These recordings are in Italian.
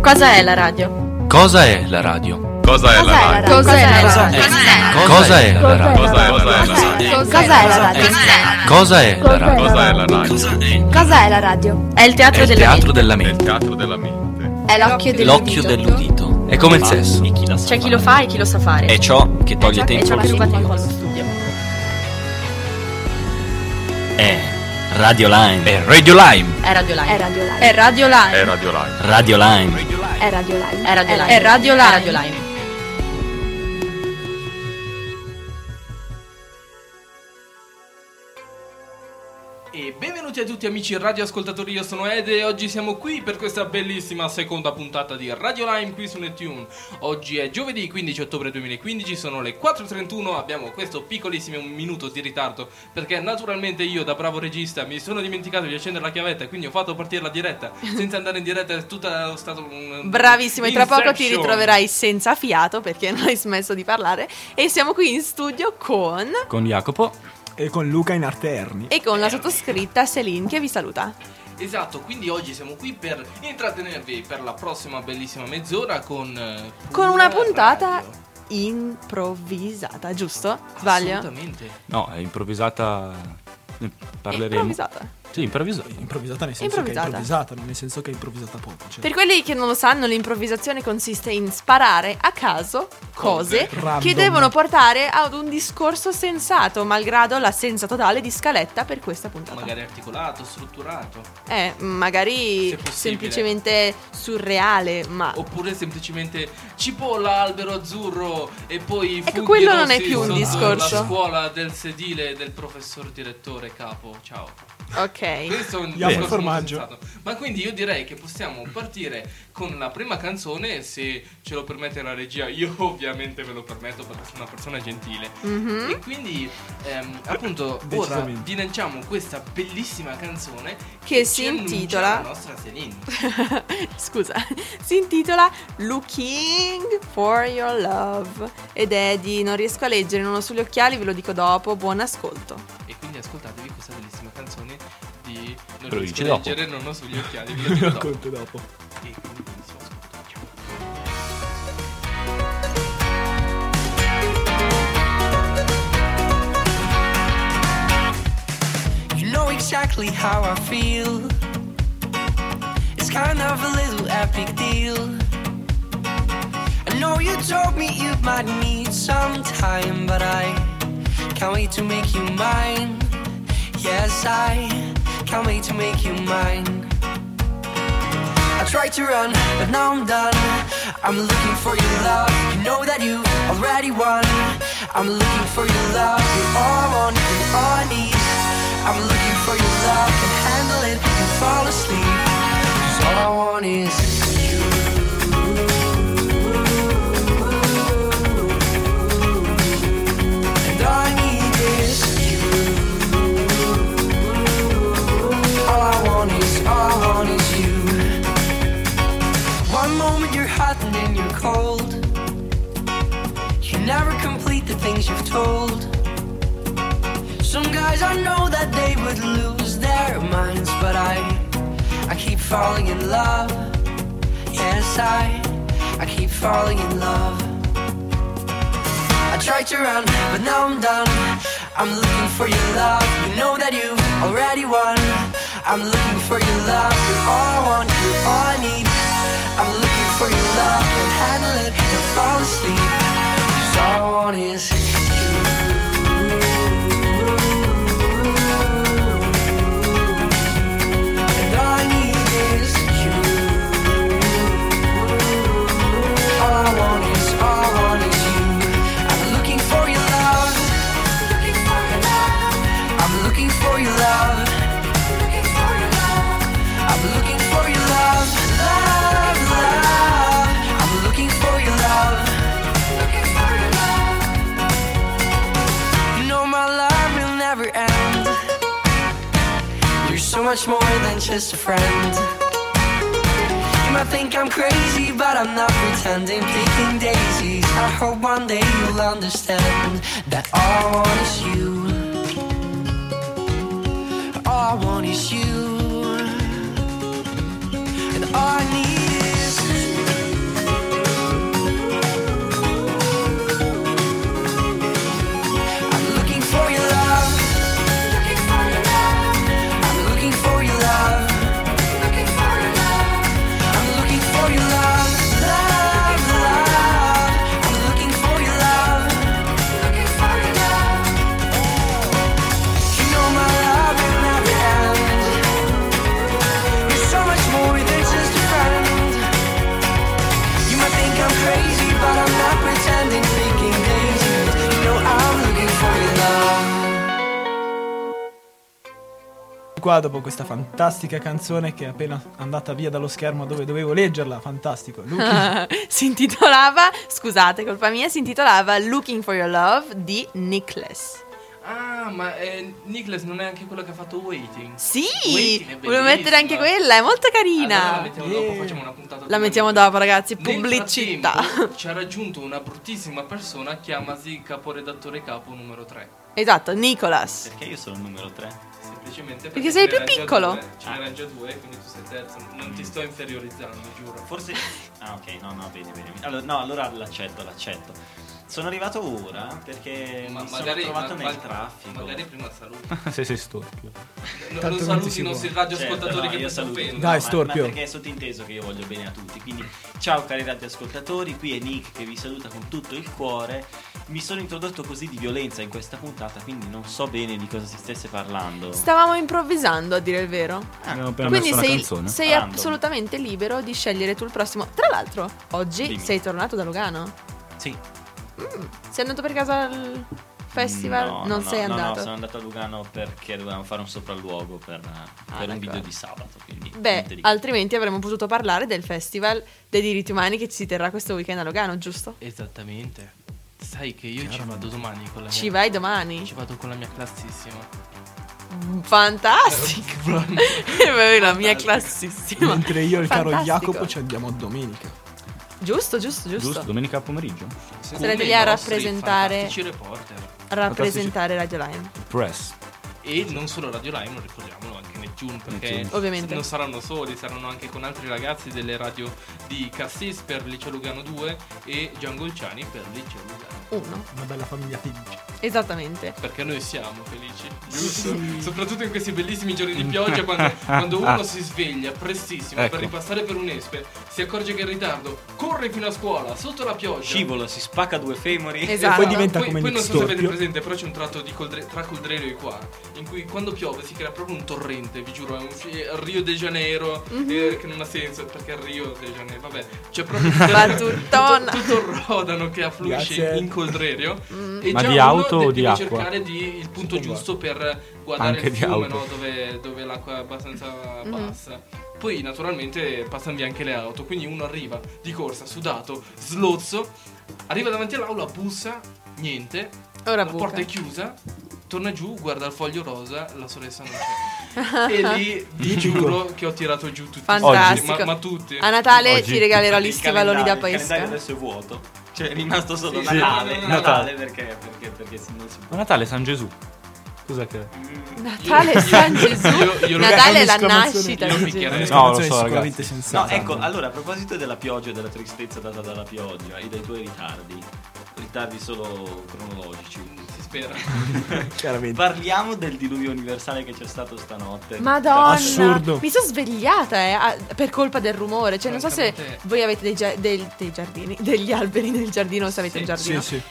Cosa è la radio? Cosa è la radio? Cosa è la radio? Cosa è la radio? Cosa è la radio? Cosa è la radio? Cosa è la radio? Cosa è la radio? Cosa è la radio? Cos'è la radio? È il teatro È il della teatro della È il mente. teatro della mente. È l'occhio L'occhio dell'udito. È come il sesso. C'è chi lo fa e chi lo sa fare. È ciò che toglie E tempo ciò allo che ruba studio. tempo allo studio. È Radio Lime. È Radio Lime. È Radio Live. È Radio Live. È Radio Live. È Radio Live. Radio Lime. È Radio Live. È Radio Live. È Radio È Live. Radio Live. E benvenuti a tutti amici radioascoltatori, io sono Ed e oggi siamo qui per questa bellissima seconda puntata di Radio Lime qui su Netune. Oggi è giovedì 15 ottobre 2015, sono le 4:31, abbiamo questo piccolissimo minuto di ritardo perché naturalmente io da bravo regista mi sono dimenticato di accendere la chiavetta e quindi ho fatto partire la diretta senza andare in diretta, è tutto stato un... Bravissimo, e tra poco ti Inception. ritroverai senza fiato perché non hai smesso di parlare. E siamo qui in studio con Jacopo. E con Luca in arte Erni. e con la sottoscritta Celine che vi saluta. Esatto, quindi oggi siamo qui per intrattenervi per la prossima bellissima mezz'ora con Una pura puntata radio. improvvisata, giusto? Sbaglio? Assolutamente. No, è improvvisata. Ne parleremo. Improvvisata. Sì, improvvisata. Improvvisata nel senso che è improvvisata, non nel senso che è improvvisata poco. Cioè, Per quelli che non lo sanno, l'improvvisazione consiste in sparare a caso cose Random. che devono portare ad un discorso sensato, malgrado l'assenza totale di scaletta per questa puntata. Magari articolato, strutturato. Magari Se possibile. semplicemente surreale, ma Oppure semplicemente cipolla, albero azzurro e poi Ecco, funghi quello non è rossi più un sotto discorso. la scuola del sedile del professor direttore capo. Ciao. ok. Questo è un Andiamo al discorso formaggio. molto sensato. Ma quindi io direi che possiamo partire con la prima canzone, se ce lo permette la regia. Io ovviamente me lo permetto perché sono una persona gentile. Mhm. E quindi appunto ora Decisamente. vi lanciamo questa bellissima canzone Che ci si annuncia intitola- la nostra Celine. Scusa, si intitola Looking for Your Love ed è di, non riesco a leggere, non ho sugli occhiali, ve lo dico dopo, buon ascolto. E quindi ascoltatevi questa bellissima canzone di Non Lo riesco dici a dopo. leggere, non ho sugli occhiali, ve lo Lo dico dopo. racconto dopo. E quindi benissimo ascolto. Ciao. You know exactly how I feel. It's kind of a little epic deal. I know you told me you might need some time, but I can't wait to make you mine. Yes, I can't wait to make you mine. I tried to run, but now I'm done. I'm looking for your love. You know that you already won. I'm looking for your love. You're all I want, you're all I need. I'm looking for your love. Can handle it, can fall asleep. 'Cause all I want is you. And all I need is you. All I want is you. One moment you're hot and then you're cold. You never complete the things you've told. Some guys I know that they would lose their minds, but I keep falling in love. Yes, I keep falling in love. I tried to run, but now I'm done. I'm looking for your love. You know that you already won. I'm looking for your love. You're all I want, you're all I need. I'm looking for your love. Can't handle it, can't fall asleep. 'Cause all I want is you. And all I need is you. All I want is you. I'm looking for your love. I'm looking for your love. I'm looking for your love. Love, love. I'm looking for your love. You know my love will never end. You're so much more than just a friend. You might think I'm crazy, but I'm not pretending. Picking daisies, I hope one day you'll understand that all I want is you. All I want is you. And all I need is you. qua dopo questa fantastica canzone che è appena andata via dallo schermo dove dovevo leggerla. Fantastico. Si intitolava, scusate, colpa mia, si intitolava Looking for Your Love di Nicholas. Ah, ma Nicholas non è anche quello che ha fatto Waiting? Sì, Waiting è volevo mettere anche quella, è molto carina. Allora la mettiamo dopo, facciamo una puntata. La mettiamo dopo, ragazzi, Nel pubblicità. frattempo ci ha raggiunto una bruttissima persona, chiamasi caporedattore capo numero 3. Esatto, Nicholas. Perché io sono il numero 3? Semplicemente Perché sei ce più n'erano già piccolo. due, ce n'erano già due, quindi tu sei terzo. Non ti sto inferiorizzando, giuro. Forse... Ah, ok, no, bene. Allora l'accetto. Sono arrivato ora perché mi sono trovato nel traffico. Magari prima saluto. Se sei storpio. Non saluti i nostri radioascoltatori che io ti saluto. offendono. Dai, Ma storpio. perché è sottinteso che io voglio bene a tutti. Quindi ciao cari radioascoltatori, qui è Nick che vi saluta con tutto il cuore. Mi sono introdotto così di violenza in questa puntata, quindi non so bene di cosa si stesse parlando. Stavamo improvvisando, a dire il vero. Abbiamo appena Quindi messo una sei, canzone. sei Random. assolutamente libero di scegliere tu il prossimo. Tra l'altro, oggi Dimmi. sei tornato da Lugano. Sì. Sei andato per caso al festival? No, non sei No, andato? sono andato a Lugano perché dovevamo fare un sopralluogo per un d'accordo. video di sabato. Quindi Beh, niente di- altrimenti avremmo potuto parlare del festival dei diritti umani che si terrà questo weekend a Lugano, giusto? Esattamente. Sai che io ci vado domani con la mia... Ci vai domani? Ci vado con la mia classissima. Fantastico! È la mia classissima. Mentre io e il caro Fantastico. Jacopo ci andiamo domenica. Giusto. Giusto, domenica pomeriggio. Sarete Come lì a i nostri rappresentare fantastici reporter. Radio Line. Press. E non solo Radio Line, non ricordiamolo, anche Neptune, perché Neptune. Ovviamente. non saranno soli, saranno anche con altri ragazzi delle radio di Cassis per Liceo Lugano 2 e Giangolciani per Liceo Lugano 1. Una bella famiglia felice. Esattamente. Perché noi siamo felici, giusto? Soprattutto in questi bellissimi giorni di pioggia, quando uno si sveglia prestissimo Ecco. per ripassare per un espe, si accorge che è in ritardo, corre fino a scuola, sotto la pioggia. Scivola, si spacca due femori. Esatto. poi diventa Poi come non Nick so se avete Storpio. presente, però c'è un tratto di tra Coldrello e qua, in cui quando piove si crea proprio un torrente, vi giuro, è Rio de Janeiro, che non ha senso, perché è Rio de Janeiro, vabbè, c'è proprio Battutona. tutto il rodano che affluisce Grazie. in Coldrello. E Ma già di uno auto o di deve acqua? cercare il punto giusto per guardare Anche il di fiume, auto. no? dove l'acqua è abbastanza bassa. Poi naturalmente passano via anche le auto, quindi uno arriva di corsa, sudato, slozzo, arriva davanti all'aula, bussa, niente, Ora la buca. porta è chiusa, torna giù, guarda il foglio rosa, la sorella non c'è. E lì vi giuro che ho tirato giù tutti Fantastico. ma tutti. A Natale Oggi. ti regalerò gli Il stivaloni da calendario pesca. adesso è vuoto. Cioè è rimasto solo Sì, Natale. sì. Natale perché non si Ma può. Natale San Gesù. Cos'è che... Natale Io- San io- Gesù. io- Natale è la un'esclamazione- nascita io di picchierei. Gesù. No, lo so, Sicuramente ragazzi. sensata. No, ecco, allora a proposito della pioggia e della tristezza data dalla pioggia e dai tuoi ritardi solo cronologici. Si spera. Chiaramente. Parliamo del diluvio universale che c'è stato stanotte. Madonna, Assurdo. mi sono svegliata per colpa del rumore. Cioè, non so se Francamente- voi avete dei giardini, degli alberi nel giardino, o se avete un giardino. Sì.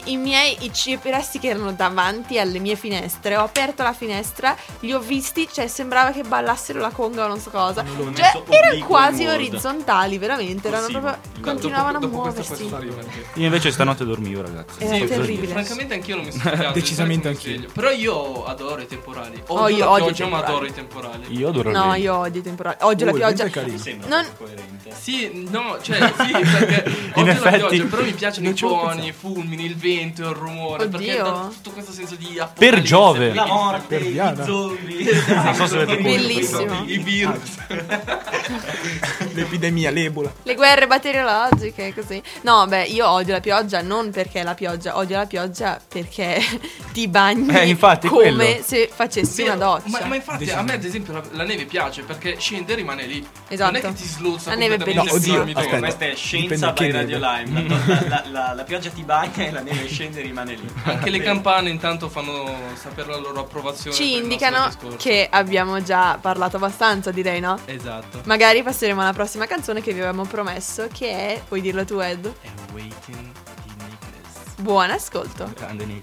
I cipressi che erano davanti alle mie finestre, ho aperto la finestra, li ho visti, cioè sembrava che ballassero la conga o non so cosa. Hanno Cioè, messo erano obliquo quasi in Word. orizzontali, veramente. Erano Corsivo. proprio. Dopo- Continuavano a Dopo questo muoversi. poi sto perché- Io invece stanotte dormivo, ragazzi. Era Cosa terribile. dire? Francamente anch'io non mi sono svegliato. Decisamente sai come mi anch'io. sveglio. Però io adoro i temporali. Oh, Odio io la odio i pioggia, ma temporali. adoro i temporali. Io adoro il No, vento. io odio i temporali. Odio la il pioggia. vento è carino. Mi sembra Non- coerente. Sì, no, cioè sì, perché odio la effetti, pioggia, però mi piacciono non i ci avevo tuoni, i fulmini, il vento, il rumore, perché Oddio. dà tutto questo senso di Per Giove. La morte, Per i Diana. zombie. Non so se avete Bellissimo. i virus. L'epidemia, l'Ebola. Le guerre batteriologiche, così. No, beh, io odio la pioggia non perché è la pioggia, odio la pioggia perché ti bagni infatti, come quello. se facessi una Vero, doccia. ma infatti a me ad esempio la neve piace perché scende e rimane lì. Esatto. Non è che ti sluzza La neve è completamente bellissima. fino No, al oddio, midollo. Questa è scienza Dipende by che Radio neve. Lime. La pioggia ti bagna e la neve scende e rimane lì. Anche le campane intanto fanno sapere la loro approvazione. Ci per il indicano nostro discorso. che abbiamo già parlato abbastanza, direi, no? Esatto. Magari passeremo alla prossima canzone che vi avevamo promesso, che è, puoi dirlo tu, Ed? È Waiting di Nicholas. Buon ascolto. Grande Nick.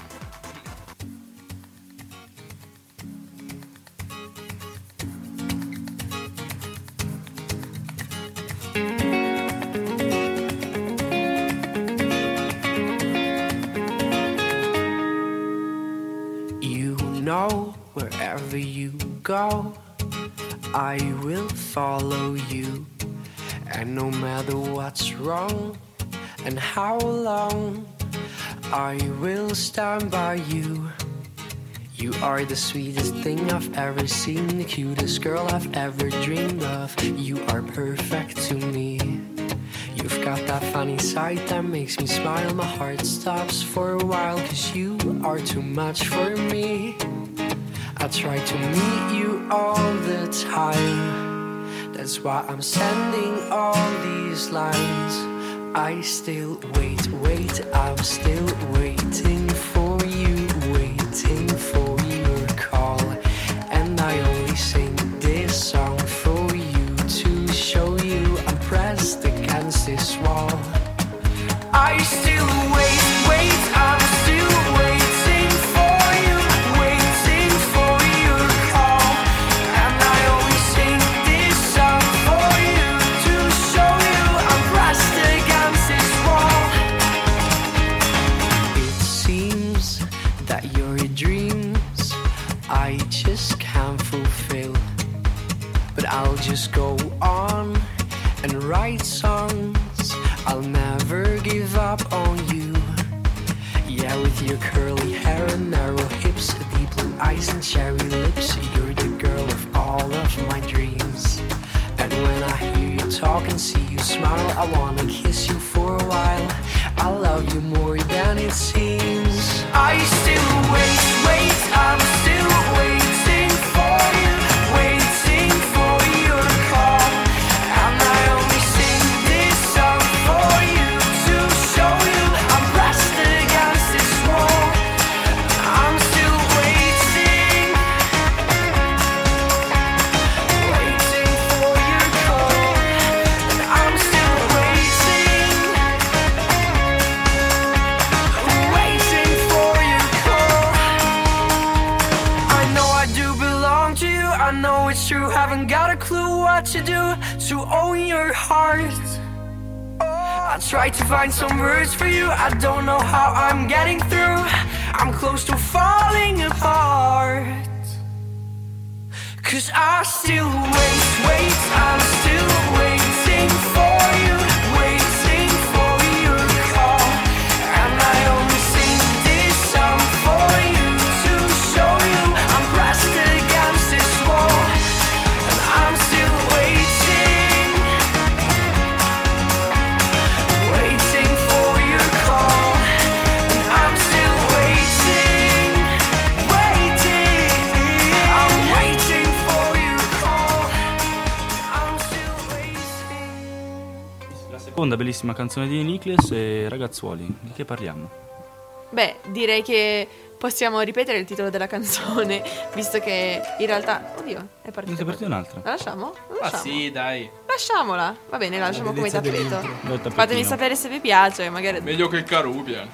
You know wherever you go, I will follow you. And no matter what's wrong and how long, I will stand by you. You are the sweetest thing I've ever seen, the cutest girl I've ever dreamed of. You are perfect to me. You've got that funny side that makes me smile. My heart stops for a while, 'cause you are too much for me. I try to meet you all the time. That's why I'm sending all these lines. I still wait, I'm still waiting for you, waiting for your call. And I only sing this song for you, to show you I'm pressed against this wall. I still wait, I'm still waiting for you, waiting for your call. And I only sing this song for you, to show you I'm pressed against this wall. It seems that your dreams I just can't fulfill, but I'll just go on and write songs. I'll never give up on you. Yeah, with your curly hair and narrow hips, deep blue eyes and cherry lips, you're the girl of all of my dreams. And when I hear you talk and see you smile, I wanna kiss you for a while. I love you more than it seems. I still wait, I'm still waiting for you, waiting for your call. And I only sing this song for you, to show you I'm pressed against this wall. I'm still waiting, waiting for your call. And I'm still waiting, waiting for your call. I know I do belong to you, I know it's true, haven't got a clue what to do to own your heart. I try to find some words for you, I don't know how I'm getting through. I'm close to falling apart, 'cause I still wait, I'm still waiting for you, waiting for your call. And I only sing this song for you, to show you I'm pressed against this wall. And I'm still waiting, waiting for your call. And I'm still waiting, I'm waiting for your call. I'm still waiting. La seconda bellissima canzone di Nicles e Ragazzuoli. Di che parliamo? Beh, direi che possiamo ripetere il titolo della canzone, visto che in realtà... Oddio, è partita. Ne partita un'altra. La lasciamo? La Ah lasciamo? sì, dai. Lasciamola. Va bene, la lasciamo come bellezza tappeto. dell'intro. Bel tappetino. Fatemi sapere se vi piace, magari... Meglio che il Carubian.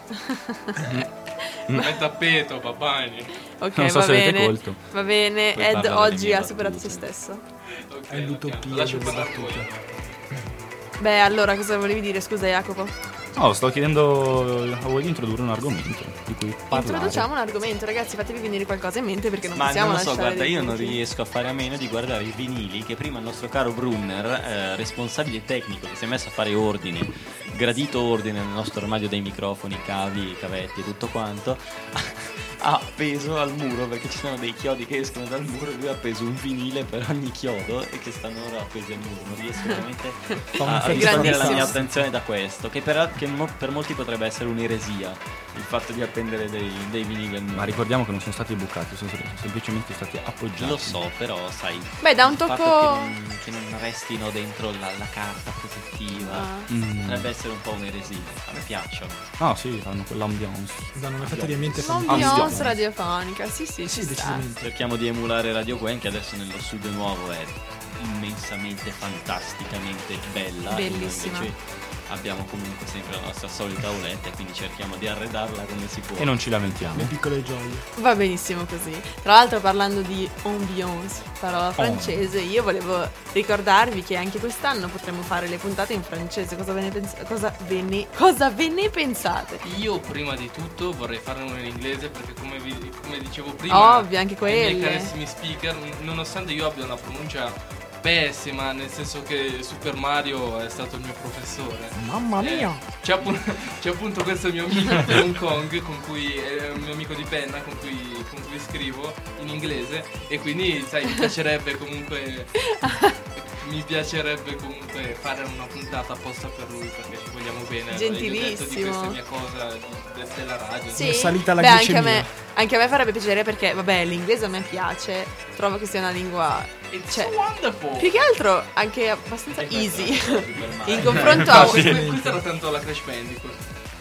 È tappeto, papani. Ok, Non so va se avete bene. colto. Va bene, Poi Ed parla delle oggi mie ha superato se battute. stesso. Ok, È l'utopia lascio delle parlare battute. voi. Beh, allora, cosa volevi dire? Scusa, Jacopo. No, sto chiedendo a voi di introdurre un argomento di cui parlare. Introduciamo un argomento, ragazzi, fatevi venire qualcosa in mente perché non Ma possiamo non lo so, lasciare guarda, dei io non punti. riesco a fare a meno di guardare i vinili che prima il nostro caro Brunner, responsabile tecnico, che si è messo a fare ordine, gradito ordine nel nostro armadio dei microfoni, cavi, cavetti e tutto quanto, ha appeso al muro, perché ci sono dei chiodi che escono dal muro, lui ha appeso un vinile per ogni chiodo e che stanno ora appesi al muro. Non riesco veramente a distogliere la mia attenzione da questo, che per molti potrebbe essere un'eresia, il fatto di appendere dei vinili al muro. Ma ricordiamo che non sono stati bucati, sono semplicemente stati appoggiati. Lo so, però sai, Beh, da un il tocco... fatto che non restino dentro la carta protettiva potrebbe essere un po' un'eresia. A me piacciono. Ah sì, hanno quell'ambiance. Danno un effetto di ambiente fantastico. L'ambiance radiofonica, sì, Sì, ci sta. decisamente. Cerchiamo di emulare Radio Gwen, che adesso nello studio nuovo è immensamente, fantasticamente bella. Bellissima. Invece abbiamo comunque sempre la nostra solita auletta e quindi cerchiamo di arredarla come si può. E non ci lamentiamo. Le piccole gioie. Va benissimo così. Tra l'altro, parlando di ambiance, parola francese, io volevo ricordarvi che anche quest'anno potremo fare le puntate in francese. Cosa ve ne pensate? Io prima di tutto vorrei fare una in inglese perché come dicevo prima, Ovvio, anche i quelle. miei carissimi speaker, nonostante io abbia una pronuncia pessima, nel senso che Super Mario è stato il mio professore. Mamma mia! C'è appunto questo mio amico di Hong Kong, con cui è un mio amico di penna, con cui scrivo in inglese, e quindi sai, mi piacerebbe comunque fare una puntata apposta per lui, perché ci vogliamo bene. Gentilissimo. Gli ho detto di questa mia cosa della radio. Sì. È salita la Beh, glicemia. anche a me farebbe piacere perché, vabbè, l'inglese a me piace, trovo che sia una lingua, It's cioè, wonderful. più che altro anche abbastanza easy in In confronto a Questa era tanto la Crash Bandicoot.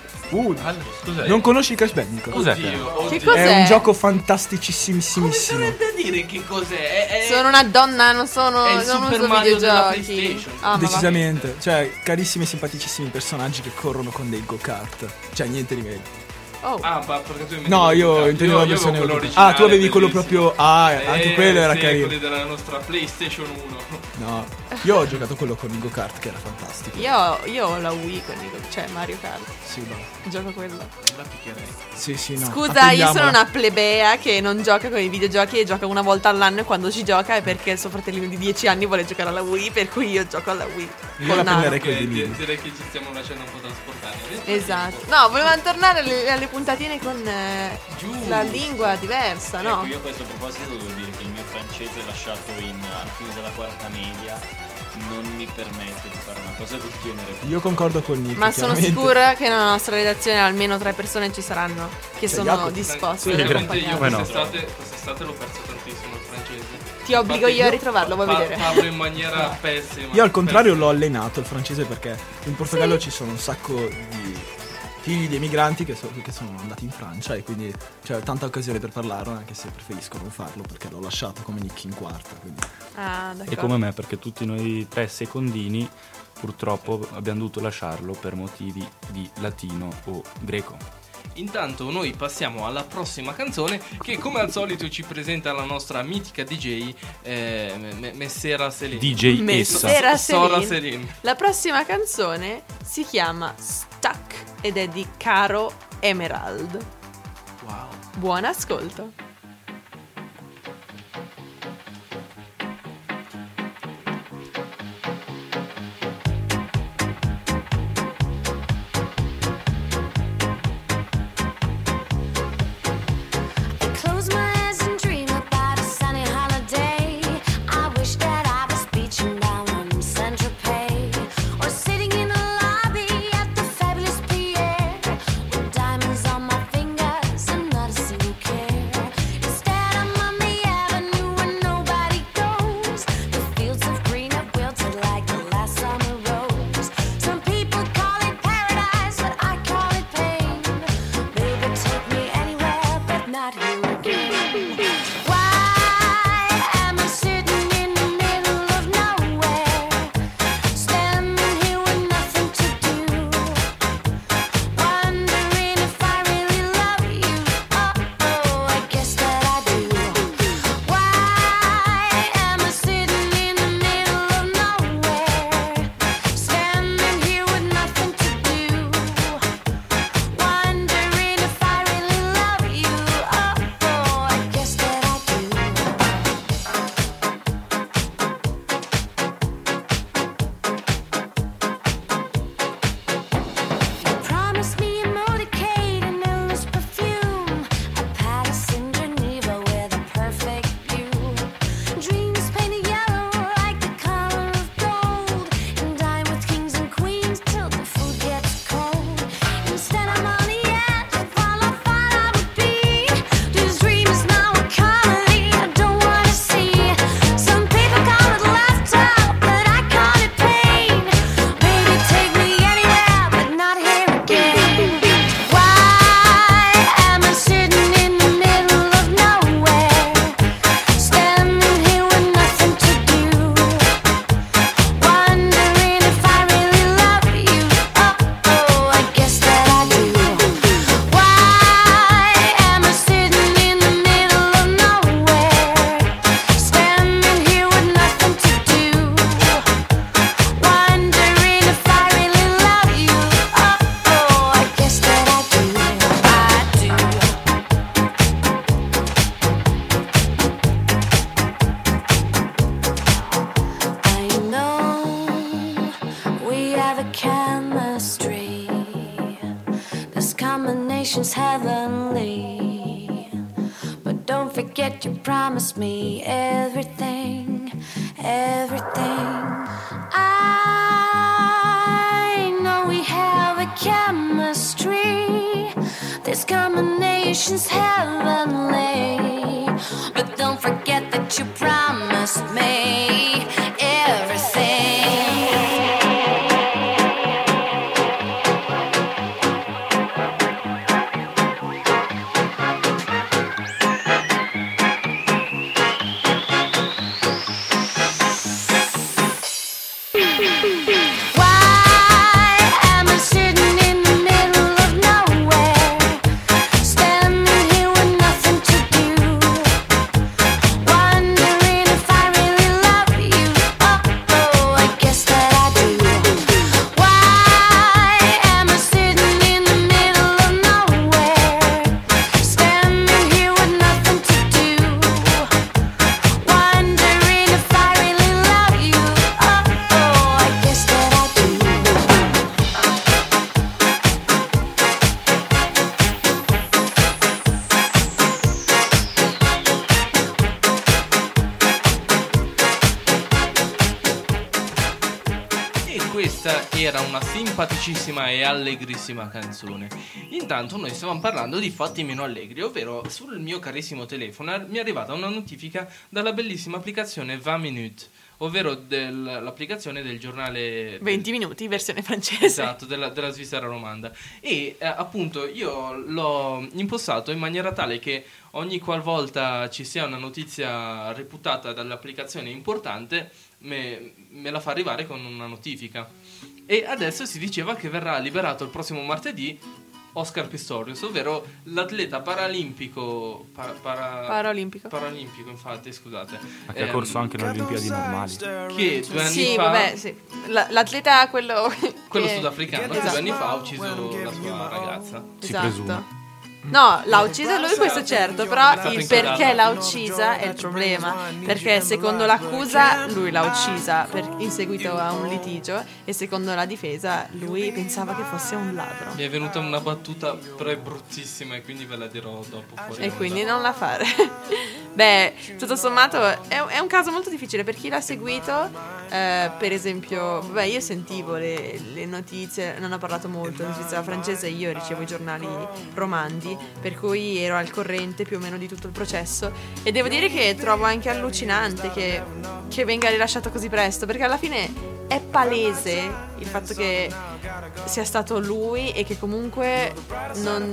Cos'è? Non conosci Crash Bandicoot? Cos'è? Oddio. Che cos'è? È un gioco Come fantasticissimissimo. sarebbe a dire che cos'è? Sono una donna, non è il uso Super Mario della videogiochi. PlayStation. Ah, ma va. Decisamente. Cioè, carissimi e simpaticissimi personaggi che corrono con dei go-kart. Cioè, niente di meglio. Oh. Ah, perché tu No, io intendevo la versione quello europea. originale. Ah, tu avevi quello bellissimo. proprio. Anche quello era sì, carino. quelli della nostra PlayStation 1. No, io ho giocato quello con i go-kart che era fantastico. Io ho la Wii con cioè Mario Kart. Sì, no. Gioco quello. La picchierei. Sì, no. Scusa, io Attendiamola. sono una plebea che non gioca con i videogiochi e gioca una volta all'anno, e quando ci gioca è perché il suo fratellino di 10 anni vuole giocare alla Wii, per cui io gioco alla Wii. Io Con la Nano. prenderei con i vinili. Direi che ci stiamo lasciando un po' trasportare. Esatto. No, volevamo tornare alle puntatine con Giù. la lingua diversa, no? Ecco, io a questo proposito devo dire che il mio francese lasciato alla fine della quarta media non mi permette di fare una cosa del genere. Io concordo con Nick. Ma sono chiaramente. sicura che nella nostra redazione almeno 3 persone ci saranno che sono Jacopo. disposte Sì, ad veramente io accompagnarmi. quest'estate l'ho perso tantissimo il francese. Ti obbligo io a ritrovarlo, vuoi vedere? Parlo in maniera pessima. Io al contrario l'ho allenato il francese perché in Portogallo ci sono un sacco di figli di emigranti che sono andati in Francia e quindi c'è tanta occasione per parlarlo, anche se preferisco non farlo perché l'ho lasciato come Nick in quarta. Quindi. Ah, d'accordo. E come me, perché tutti noi 3 secondini purtroppo abbiamo dovuto lasciarlo per motivi di latino o greco. Intanto noi passiamo alla prossima canzone che come al solito ci presenta la nostra mitica DJ Messera Selin. DJ Messera Essa. Sora Selin. Selin. La prossima canzone si chiama Stuck ed è di Caro Emerald. Wow. Buon ascolto. Close my eyes and dream about a sunny holiday. I wish that I was beaching down on Saint-Tropez, or sitting in a lobby at the fabulous Pierre, with diamonds on my fingers and not a single care. nations heavenly. But don't forget you promised me everything, everything. I know we have a chemistry. This combination's heavenly. But don't forget that you promised me everything. Era una simpaticissima e allegrissima canzone. Intanto noi stavamo parlando di fatti meno allegri, ovvero sul mio carissimo telefono mi è arrivata una notifica dalla bellissima applicazione 20 Minutes, ovvero l'applicazione del giornale 20 minuti, versione francese. Esatto, della Svizzera romanda. E appunto io l'ho impostato in maniera tale che ogni qualvolta ci sia una notizia reputata dall'applicazione importante me la fa arrivare con una notifica. E adesso si diceva che verrà liberato il prossimo martedì Oscar Pistorius, ovvero l'atleta paralimpico paralimpico, infatti, scusate, ma che ha corso anche nelle Olimpiadi normali, che 2 anni sì, fa vabbè, sì. L'atleta quello sudafricano che 2 anni fa ha ucciso la sua ragazza, si presume. No, l'ha uccisa lui, questo certo, però il incantato. perché l'ha uccisa è il problema, perché secondo l'accusa lui l'ha uccisa in seguito a un litigio e secondo la difesa lui pensava che fosse un ladro. Mi è venuta una battuta bruttissima e quindi ve la dirò dopo fuori E onda. quindi non la fare. Beh, tutto sommato è un caso molto difficile per chi l'ha seguito. Per esempio, vabbè, io sentivo le notizie, non ho parlato molto in Svizzera francese, io ricevo i giornali romandi, per cui ero al corrente più o meno di tutto il processo e devo dire che trovo anche allucinante che venga rilasciato così presto, perché alla fine è palese il fatto che sia stato lui e che comunque non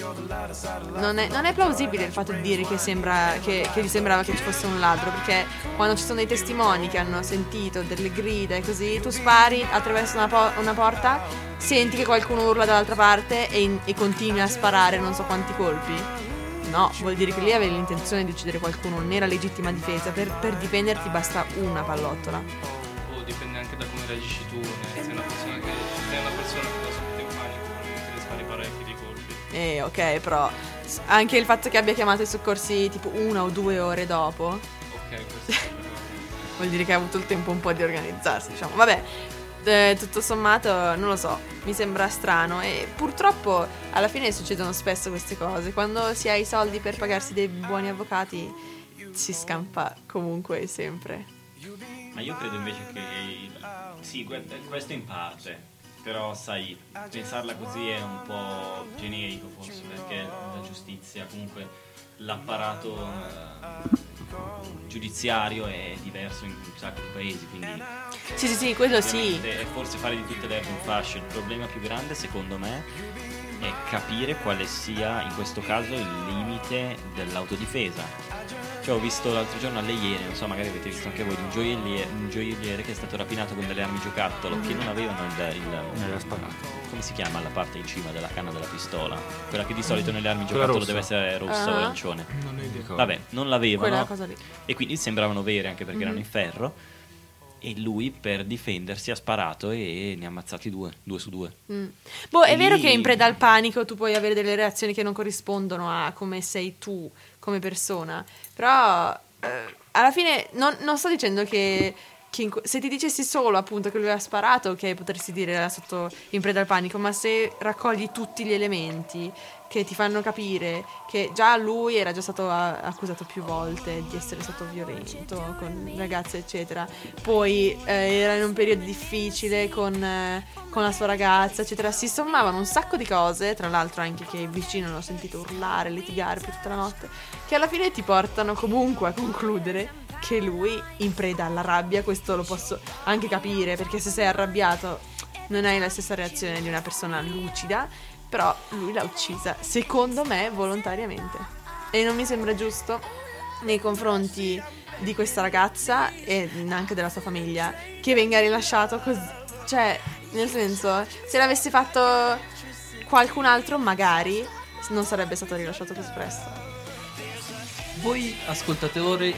è plausibile il fatto di dire che gli sembrava che ci fosse un ladro, perché quando ci sono dei testimoni che hanno sentito delle grida e così, tu spari attraverso una porta, senti che qualcuno urla dall'altra parte e continui a sparare non so quanti colpi. No, vuol dire che lì avevi l'intenzione di uccidere qualcuno, non era legittima difesa, per difenderti basta una pallottola. Dipende anche da come reagisci tu, se sei una persona che va subito in panico, probabilmente le spari parecchi di colpi. Ok, però anche il fatto che abbia chiamato i soccorsi tipo 1 o 2 ore dopo, Ok, questo vuol dire che ha avuto il tempo un po' di organizzarsi, diciamo. Vabbè, tutto sommato non lo so, mi sembra strano e purtroppo alla fine succedono spesso queste cose. Quando si ha i soldi per pagarsi dei buoni avvocati si scampa comunque sempre. Ma io credo invece che sì, questo in parte, però sai, pensarla così è un po' generico forse, perché la giustizia, comunque l'apparato giudiziario è diverso in un sacco di paesi, quindi sì, quello sì. È forse fare di tutte le erbe un fascio. Il problema più grande secondo me è capire quale sia in questo caso il limite dell'autodifesa. Cioè, ho visto l'altro giorno alle Iene, non so, magari avete visto anche voi, un gioielliere che è stato rapinato con delle armi giocattolo che non avevano era sparato. come si chiama la parte in cima della canna della pistola? Quella che di solito nelle armi giocattolo deve essere rossa o arancione. Non ne dico. Vabbè, non l'avevano. Quella cosa lì. E quindi sembravano vere anche perché erano in ferro. E lui per difendersi ha sparato e ne ha ammazzati 2 su 2. Boh, è E vero lì- che in preda al panico tu puoi avere delle reazioni che non corrispondono a come sei tu come persona, però alla fine non sto dicendo che se ti dicessi solo appunto che lui ha sparato, ok, potresti dire era sotto in preda al panico, ma se raccogli tutti gli elementi che ti fanno capire che già lui era già stato accusato più volte di essere stato violento con ragazze eccetera, poi era in un periodo difficile con la sua ragazza eccetera, si sommavano un sacco di cose, tra l'altro anche che il vicino l'ho sentito urlare, litigare per tutta la notte, che alla fine ti portano comunque a concludere che lui in preda alla rabbia, questo lo posso anche capire, perché se sei arrabbiato non hai la stessa reazione di una persona lucida, però lui l'ha uccisa, secondo me, volontariamente. E non mi sembra giusto nei confronti di questa ragazza e anche della sua famiglia che venga rilasciato così. Cioè, nel senso, se l'avesse fatto qualcun altro magari non sarebbe stato rilasciato così presto. Voi ascoltatori,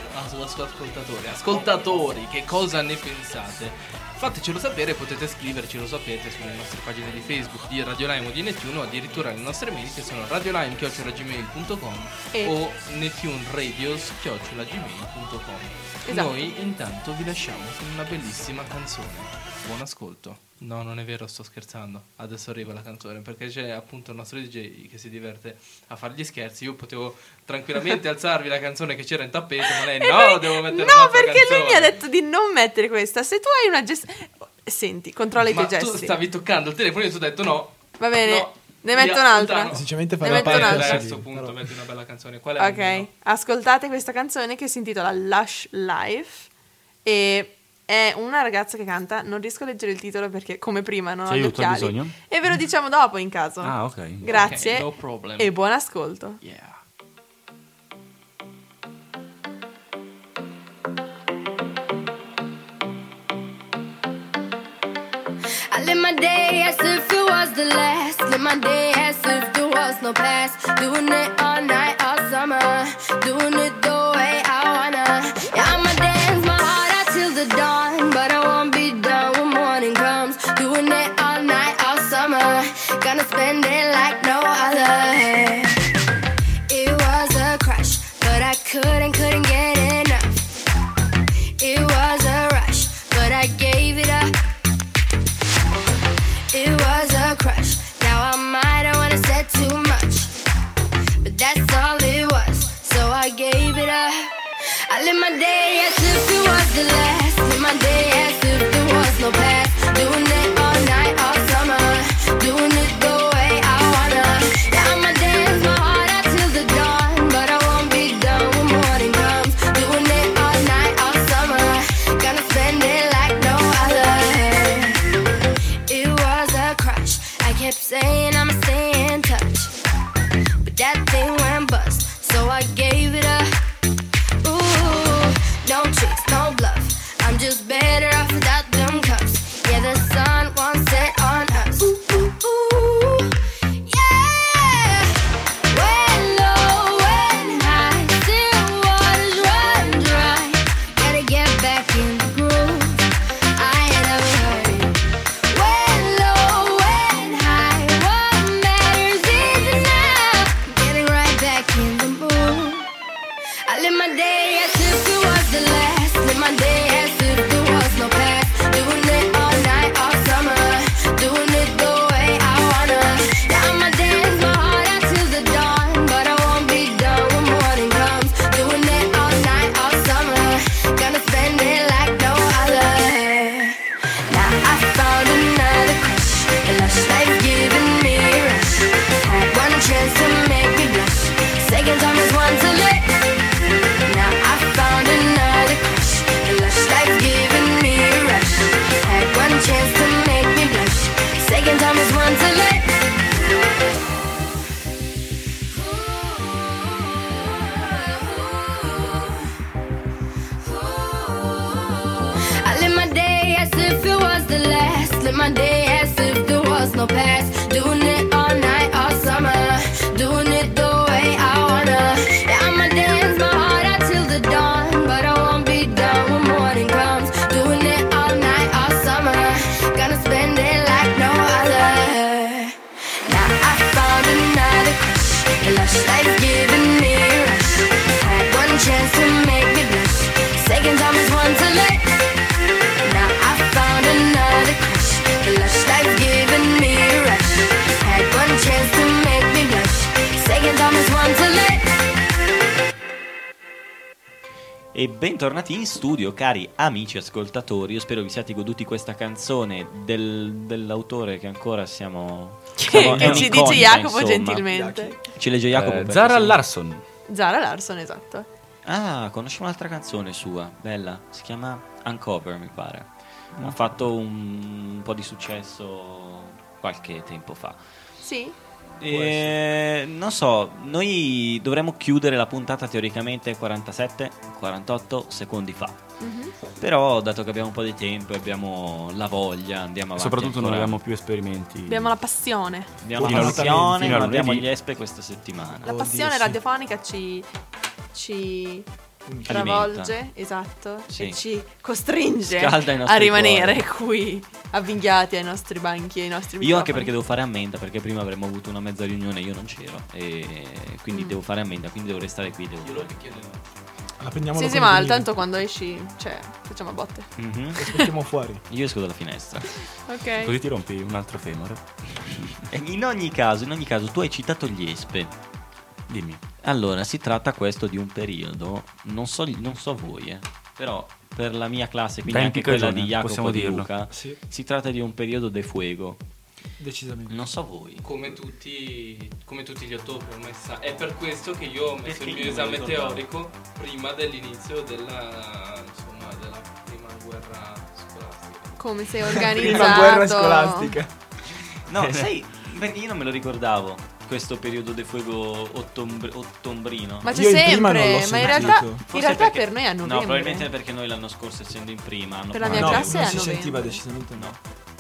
che cosa ne pensate? Fatecelo sapere, potete scriverci, lo sapete, sulle nostre pagine di Facebook di Radio Lime o di Netune, o addirittura le nostre mail che sono radiolime@gmail.com o netuneradio@gmail.com. Esatto. Noi intanto vi lasciamo con una bellissima canzone. Buon ascolto. No, non è vero, sto scherzando. Adesso arriva la canzone, perché c'è appunto il nostro DJ che si diverte a fare gli scherzi. Io potevo tranquillamente alzarvi la canzone che c'era in tappeto, ma lei devo mettere no, un'altra perché canzone. lui mi ha detto di non mettere questa. Se tu hai una senti, controlla i tuoi gesti. Ma tu stavi toccando il telefono e tu hai detto no. Va bene, no, ne metto un'altra. Sinceramente Ne fare la metto parte un'altra. A così, questo punto però. metti una bella canzone. Qual è? Ok, ascoltate questa canzone che si intitola Lush Life e è una ragazza che canta, non riesco a leggere il titolo perché come prima non ho gli aiuto, hai occhiali. bisogno? E ve lo diciamo dopo in caso. Ah, ok. Grazie Ok, no problem. e buon ascolto. Yeah. I live my day as if it was the last. Live my day as if there was no past. Doing it all night, all summer. Doing it the way I wanna. Yeah, I'ma dance my heart out till the dawn. But I won't be done when morning comes. Doing it all night, all summer. Gonna spend it like no other. It was a crush, but I couldn't get enough. It was a rush, but I gave it up. It was a crush. Now I might have wanna said too much, but that's all it was. So I gave it up. I live my day as if it was the last. Live my day as if there was no past. Doing it all night, all summer. Doing it the way I wanna. Yeah, I'ma dance my heart out till the dawn, but I won't be done when morning comes. Doing it all night, all summer. Gonna spend it like no other. It was a crush. I kept saying I'ma stay in touch, but that thing went bust, so I gave it up. Ooh, no tricks, no bluff. I'm just better off without them cuffs. Yeah, the sun won't set on us. Ooh, ooh, ooh. Yeah. When low, when high, still waters run dry. Gotta get back in the groove. I ain't never hurry. When low, when high, what matters is enough. Getting right back in the mood. I live my day as if it was the last. Live my day as if there was no past. Doing it all night, all summer. Doing it the way I wanna. Yeah, I'ma dance my heart out till the dawn, but I won't be done when morning comes. Doing it all night, all summer. Gonna spend it like no other. Now I found another crush. A lush life giving me a rush. Had one chance to make me blush. Second time is one to let. Now I found another crush. A lush life giving me a rush. Had one chance to make me blush. Second time is one to let. I live my day as if it was the last. Live my day as if there was no past. Doing it all night, all summer. Doing it the way I wanna. Yeah, I'ma dance my heart out till the dawn, but I won't be done when morning comes. Doing it all night, all summer. Gonna spend it like no other. Now I found another crush. A lush life giving me a rush. Had one chance to make me blush. Second time is one to let. E bentornati in studio, cari amici ascoltatori. Io spero vi siate goduti questa canzone dell'autore che ancora siamo Che ci iconica, dice Jacopo insomma. gentilmente. Ci legge Jacopo perché Zara sì. Larsson. Zara Larsson, esatto. Ah, conosco un'altra canzone sua, bella. Si chiama Uncover, mi pare. Ha fatto un po' di successo qualche tempo fa. Sì. Non so, noi dovremmo chiudere la puntata teoricamente 47-48 secondi fa. Però dato che abbiamo un po' di tempo e abbiamo la voglia, andiamo avanti. Soprattutto non ancora. abbiamo più esperimenti. Abbiamo la passione. Abbiamo Fino la al- passione, fino ma al abbiamo lunedì. gli espe questa settimana. La passione radiofonica ci travolge, esatto, Sì. e ci costringe Scalda i nostri a rimanere cuori. qui avvinghiati ai nostri banchi e ai nostri Io microfoni. anche perché devo fare ammenda, perché prima avremmo avuto una mezza riunione e io non c'ero. E quindi devo fare ammenda, quindi devo restare qui. Devo La prendiamo Sì, ma tanto quando esci, cioè, facciamo a botte. aspettiamo fuori. Io esco dalla finestra. Ok. Così ti rompi un altro femore. E in ogni caso, tu hai citato gli espe. Dimmi. Allora, si tratta questo di un periodo, non so voi, però per la mia classe, quindi Tempi anche quella cagione, di Jacopo possiamo e di dirlo. Luca, Sì. si tratta di un periodo de fuego. Decisamente. Non so voi. Come tutti gli ottobri ormai sa. È per questo che io ho messo Perché il io mio non me esame lo ricordavo. teorico prima dell'inizio della prima guerra scolastica. Come sei Prima organizzato? guerra scolastica. No, sai, perché io non me lo ricordavo questo periodo de fuego ottombrino. Ma c'è Io in prima non sempre, l'ho ma in sentito. realtà, Forse perché- per noi è a novembre. No, probabilmente perché noi l'anno scorso, essendo in prima, hanno Per la mia parlato- classe non è a si novembre. sentiva decisamente no.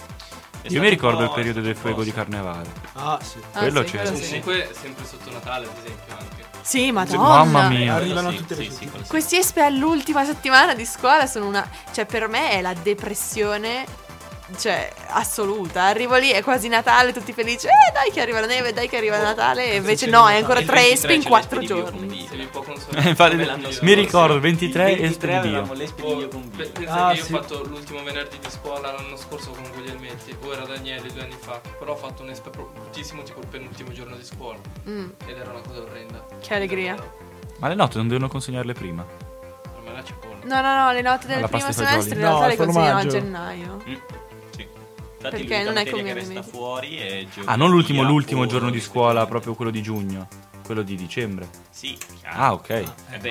È Io stato mi ricordo un il po' periodo del fuego di cosa. carnevale. Ah, sì. Quello sì, c'è. quello sì. Comunque sempre sotto Natale, ad esempio, anche. Sì, madonna. Mamma mia. Arrivano Sì, tutte le sì, settimane. quello sì. Questi espi all'ultima settimana di scuola sono una... Cioè, per me è la depressione, cioè, assoluta. Arrivo lì, è quasi Natale, tutti felici. Dai che arriva la neve, dai che arriva Natale. E invece no, è ancora Il 3 espi 23 in c'è 4 l'espe di Dio giorni. con Dio. Se vi può consolare. Infatti, come l'anno scorso. mi ricordo, Il 23 23 espe di Dio. avevamo l'espe di Dio con Dio. Pensa Ah, che io sì. ho fatto l'ultimo venerdì di scuola l'anno scorso con Guglielmetti, o era Daniele 2 anni fa, però ho fatto un espe bruttissimo tipo il penultimo giorno di scuola Mm, ed era una cosa orrenda. che allegria. Ma le note non devono consegnarle prima. Per me la cipolla. No, le note del La primo pasta ai semestre in fagioli. realtà No, le il consegnano a formaggio. gennaio. Sì. Infatti Perché l'unica non è materia come che i resta mesi. fuori è geografia. Ah, non l'ultimo o giorno di l'espe scuola, Dio. proprio quello di giugno. Quello di dicembre. Sì, chiaro. Ah, ok.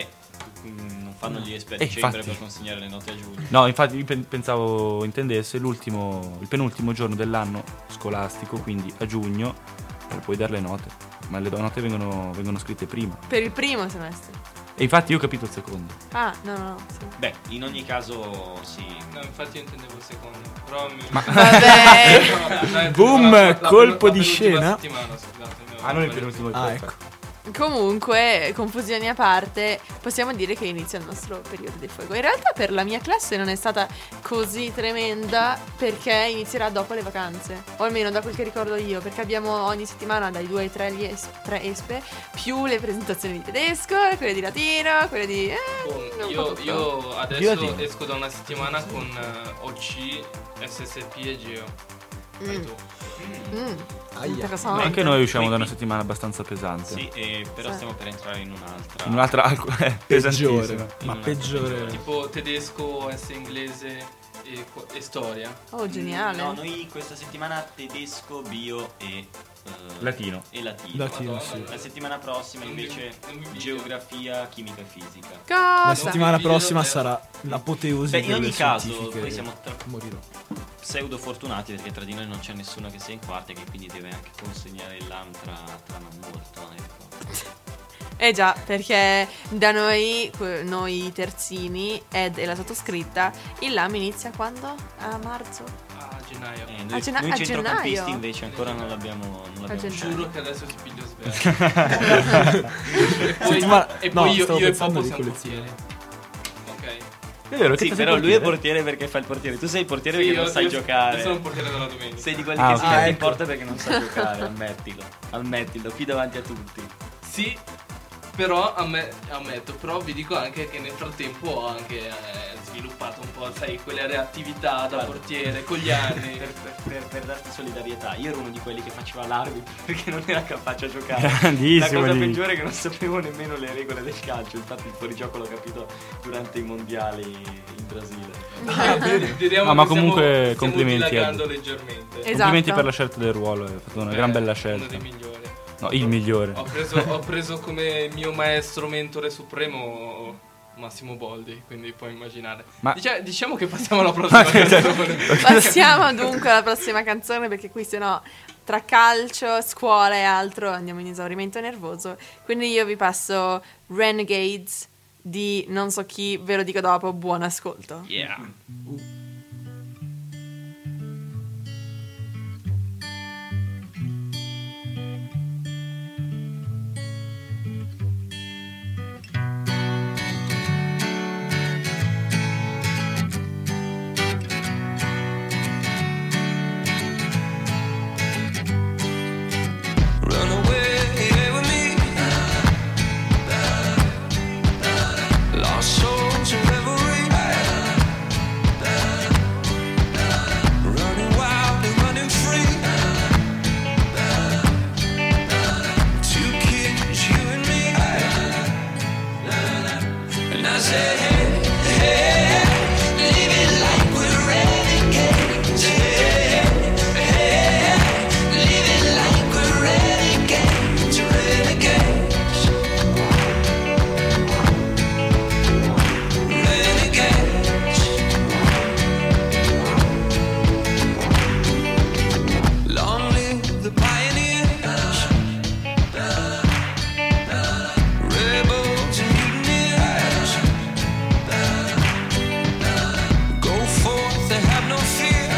Non fanno gli espe a Eh, dicembre infatti. per consegnare le note a giugno. No, infatti io pensavo intendesse il penultimo giorno dell'anno scolastico, quindi a giugno, per poi dare le note. Ma le note vengono scritte prima. Per il primo semestre. E infatti io ho capito il secondo. Ah, no, sì. Beh, in ogni caso sì. No, infatti io intendevo il secondo. Però mi... Vabbè. Boom, colpo di penultima scena. settimana, scusate, Ah, non il penultimo. Ah, perfetto. ecco. Comunque, confusioni a parte, possiamo dire che inizia il nostro periodo di fuoco. In realtà per la mia classe non è stata così tremenda perché inizierà dopo le vacanze. O almeno da quel che ricordo io, perché abbiamo ogni settimana dai 2 ai 3 tre espe, più le presentazioni di tedesco, quelle di latino, quelle di... un po' tutto. Io adesso Io esco da una settimana con OC, SSP e Geo. Vai tu. Interessante. Anche noi usciamo da una settimana abbastanza pesante. Sì, però stiamo per entrare in un'altra. In un'altra pesantissima. Peggiore. Ma peggiore. Tipo tedesco, S inglese e storia. Oh, geniale. No, noi questa settimana tedesco, bio e Latino. E latino. Latino, sì. La settimana prossima invece geografia, chimica e fisica. Cosa? La settimana prossima sarà l'apoteosi. Beh, in ogni delle caso, scientifiche. poi siamo Morirò. pseudo fortunati perché tra di noi non c'è nessuno che sia in quarta e che quindi deve anche consegnare il LAM tra non molto, ecco. Eh già, perché da noi terzini, Ed e la sottoscritta, il LAM inizia quando? A marzo? A gennaio. Noi, A gennaio? noi centrocampisti gennaio? invece ancora non l'abbiamo gennaio. Giuro che adesso ti piglio sberla. e poi io e Popo siamo portieri. Ok. È vero, Sì, che sei però lui è portiere? portiere perché fa il portiere. Tu sei il portiere Sì, perché non sai io giocare. sono un portiere della domenica. Sei di quelli Ah, che ok. si mette in ecco. porta perché non sa giocare, ammettilo, qui davanti a tutti. Sì, però ammetto, però vi dico anche che nel frattempo ho anche sviluppato un po', sai, quelle reattività da portiere con gli anni. Per darti solidarietà, io ero uno di quelli che faceva l'arbitro perché non era capace a giocare. Grandissimo La cosa lì. peggiore è che non sapevo nemmeno le regole del calcio. Infatti il fuorigioco l'ho capito durante i mondiali in Brasile. Vediamo ma che comunque stiamo complimenti, dilagando Ed. leggermente. Esatto. Complimenti per la scelta del ruolo, hai fatto una gran bella Uno scelta. dei migliori. No, il migliore. Ho preso come mio maestro mentore supremo Massimo Boldi, quindi puoi immaginare. Ma- Diciamo che passiamo alla prossima canzone. Passiamo dunque alla prossima canzone, perché qui sennò tra calcio, scuola e altro andiamo in esaurimento nervoso. Quindi io vi passo Renegades di non so chi, ve lo dico dopo, buon ascolto. Yeah. Run away with me. Lost souls in reverie. Running wild and running free. Two kids, you and me. And I say, hey, hey, live it like we're renegades. Hey, hey, live it like we're renegades, renegades, renegades. Long live the pioneers, rebels and mutineers. Go forth and have no fear.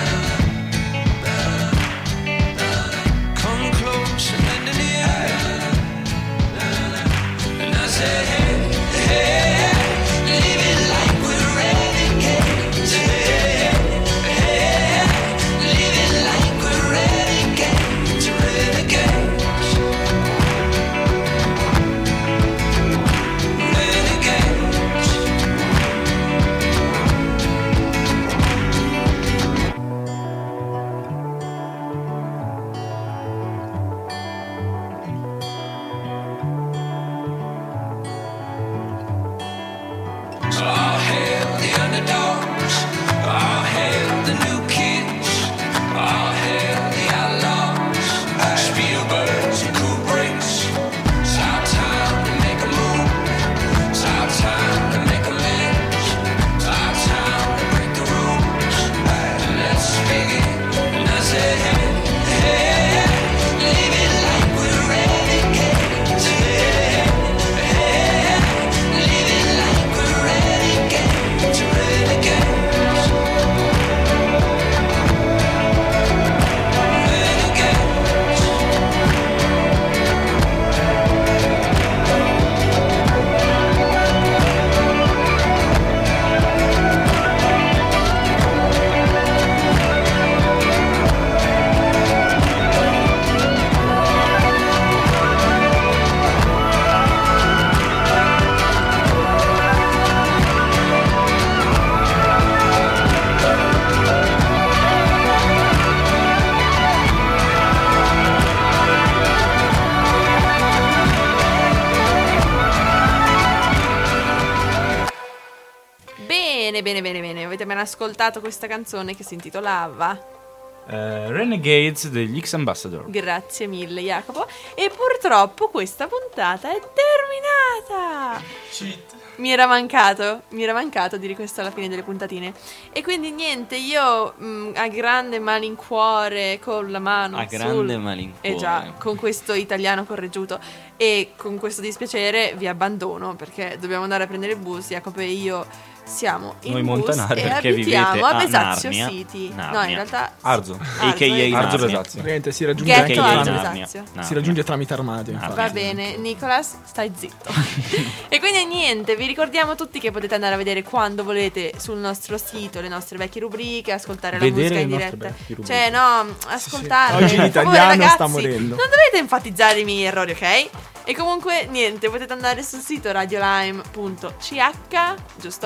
Come close and lend an ear. And I say, hey, hey, live it like we're renegades. Hey, hey, live it like we're renegades, renegades, all hail the underdogs, all hail the new kids, all hail the outlaws, Spielbergs and Kubricks. It's our time to make a move, it's our time to make amends, it's our time to break the rules, and let's begin. And I say, hey, hey, live it like we're renegades. Hey, hey, live it like we're renegades, renegades, Bene, avete appena ascoltato questa canzone che si intitolava Renegades degli X-Ambassador. Grazie mille Jacopo. E purtroppo questa puntata è terminata. Mi era mancato dire questo alla fine delle puntatine. E quindi niente, io a grande malincuore, con la mano A grande malincuore. già, con questo italiano correggiuto e con questo dispiacere vi abbandono, perché dobbiamo andare a prendere il bus. Jacopo e io siamo in Noi bus montanari, e perché abitiamo vivete a a Besazio Narnia. City. Narnia. No, in realtà Arzo. A.k.a. Arzo, Arzo Narnia. Besazio. Praticamente si raggiunge Ghetto anche Arzo tramite, Besazio. si raggiunge tramite armadio, infatti. Va bene, Nicolas, stai zitto. E quindi niente, vi ricordiamo tutti che potete andare a vedere quando volete sul nostro sito le nostre vecchie rubriche, ascoltare Vedere la musica in le nostre diretta. vecchie rubriche. Cioè, no, ascoltarle. Oggi Per favore, l'italiano ragazzi, sta morendo. non dovete enfatizzare i miei errori, ok? E comunque niente, potete andare sul sito radiolime.ch, giusto?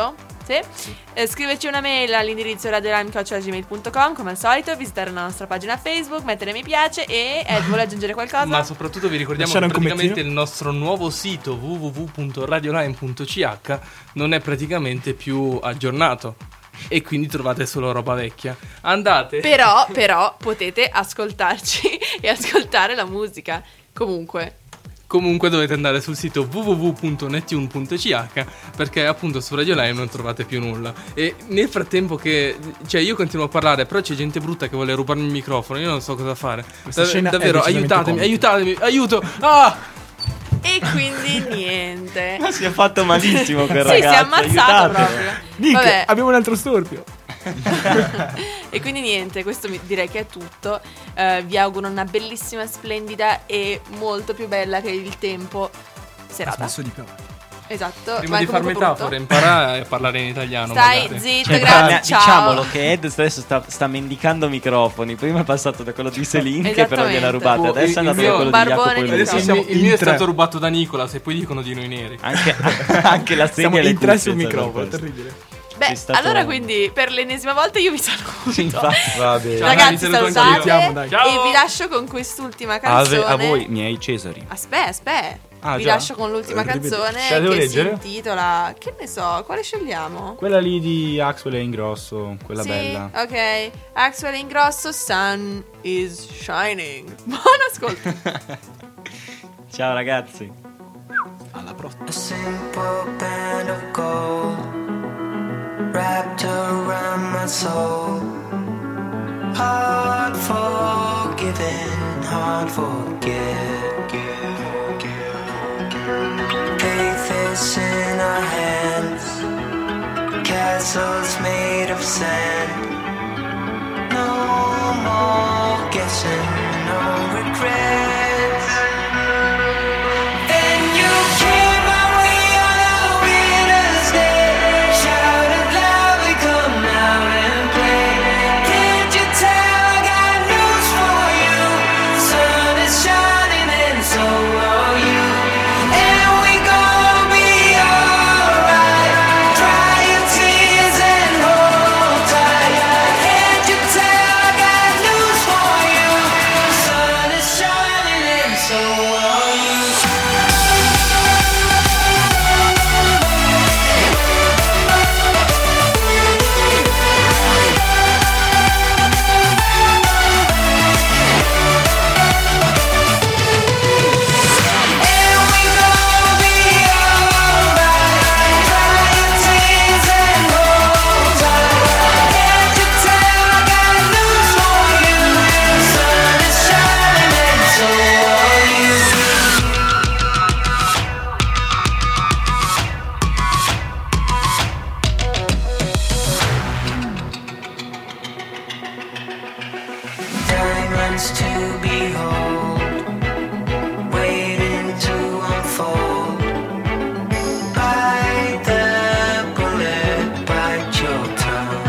Sì? Scriverci una mail all'indirizzo radiolime@gmail.com, come al solito, visitare la nostra pagina Facebook, mettere mi piace e Ed vuole aggiungere qualcosa? Ma soprattutto vi ricordiamo Lasciare che un praticamente commentino. il nostro nuovo sito www.radiolime.ch non è praticamente più aggiornato e quindi trovate solo roba vecchia. Andate. Però potete ascoltarci e ascoltare la musica. Comunque dovete andare sul sito www.netune.ch perché appunto su Radio Lime non trovate più nulla. E nel frattempo che io continuo a parlare, però c'è gente brutta che vuole rubarmi il microfono, io non so cosa fare. Scena è Davvero, decisamente aiutatemi, aiuto! Ah! E quindi niente. Ma si è fatto malissimo quel Sì, ragazzo. si è ammazzato aiutatelo. proprio. Nick, Vabbè. abbiamo un altro storpio. E quindi niente, questo direi che è tutto. Vi auguro una bellissima, splendida e molto più bella che il tempo Ha serata. smesso di piovere. Esatto. Prima ma di è far comunque metafore, brutto. impara a parlare in italiano. Stai magari. zitto, Cioè, grazie, ciao. diciamolo che Ed adesso sta mendicando microfoni. Prima è passato da quello di Selin che però gliel'ha rubato. Adesso è andato da quello di barbone Jacopo di Adesso Illucano. il mio è tre. stato rubato da Nicola, se poi dicono di noi neri. Anche la Siamo sedia e le in tre cuffie sul sono microfono, queste. terribile. Beh, C'è stato- allora quindi per l'ennesima volta io vi saluto. Infatti. Va bene. Ciao, Ragazzi, vi saluto anche salutate io. Salutiamo, dai. Ciao. e vi lascio con quest'ultima canzone. A voi, miei Cesari. Aspetta. Ah, Vi già? lascio con l'ultima canzone Ce la devo che leggere? si intitola, che ne so, quale scegliamo? Quella lì di Axwell e Ingrosso, quella Sì, bella. ok. Axwell Ingrosso, Sun is Shining. Buon ascolto. Ciao ragazzi. Alla prossima. A simple band of gold wrapped around my soul. Hard forgiven, hard forget. Faith is in our hands, castles made of sand. No more guessing, no regrets. Then you came my way on a winter's day. Shouted loudly, come out and play. Can't you tell I got news for you? Sun is shining and so are you. And we gonna be alright. Dry your tears and hold tight. Can't you tell I got news for you? Sun is shining and so are you. Diamonds to behold, waiting to unfold. Bite the bullet, bite your tongue.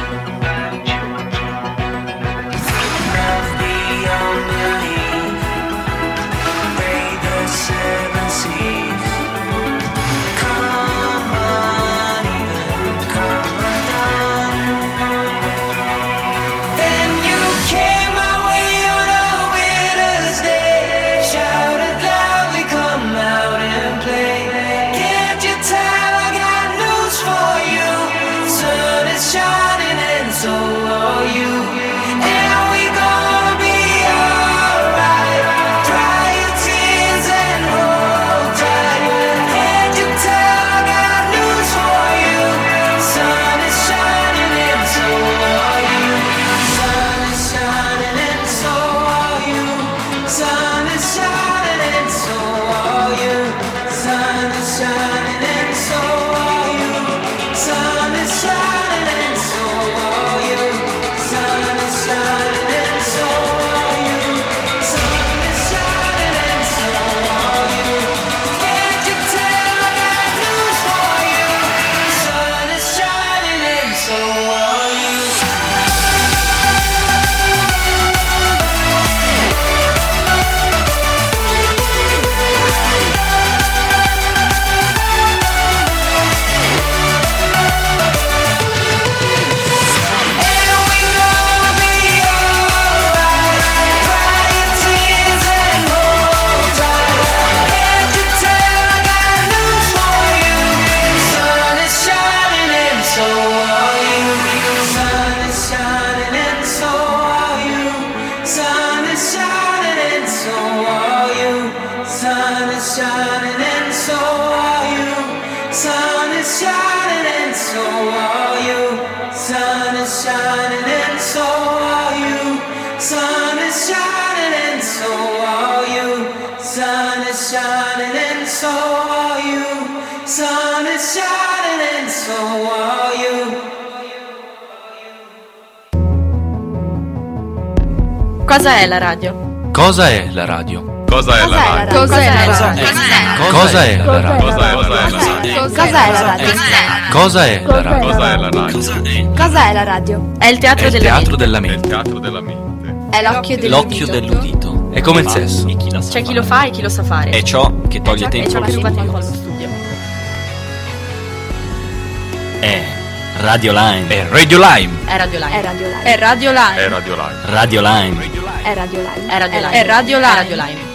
Love beyond belief, break the seven seas. Come uneven, come undone. Then you came my way on a winter's shining and so are you. Sun is shining and so are you. Sun is shining and so are you. Sun is shining and so are you. Sun is shining and so are you. Sun is shining and so are you. Cosa è la radio? Cosa è la radio? Cosa è la radio? Cosa è la radio? Cosa è la radio? Cosa è la radio? Cosa è la radio? Cosa è la radio? Cosa è la radio? Cosa è la radio? È il teatro È il della teatro mente. della È il mente. teatro della mente. È l'occhio L'occhio dell'udito. dell'udito. È come il sesso. E chi la sa C'è chi fare. lo fa e chi lo sa fare. È ciò che toglie E tempo ciò allo che ruba studio. tempo allo studio. È Radio Line. È Radio Lime. È Radio Line. È Radio Live. È Radio Line. È Radio Live. Radio Line. È Radio Live. È Radio Line. È Radio Line. È Radio Line.